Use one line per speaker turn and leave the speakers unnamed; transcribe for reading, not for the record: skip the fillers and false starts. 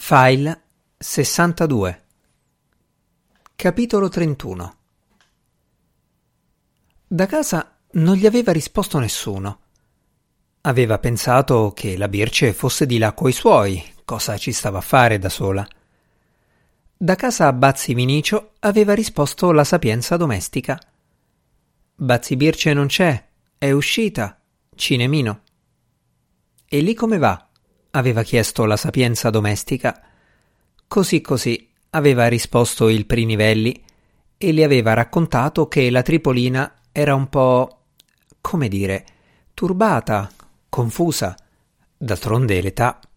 File 62. Capitolo 31. Da casa non gli aveva risposto nessuno. Aveva pensato che la Birce fosse di là coi suoi, cosa ci stava a fare da sola. Da casa a Bazzi Vinicio aveva risposto la Sapienza domestica. Bazzi Birce non c'è, è uscita, cinemino. E lì come va? Aveva chiesto la Sapienza domestica. Così così, aveva risposto il Prinivelli e le aveva raccontato che la Tripolina era un po', come dire, turbata, confusa. D'altronde l'età.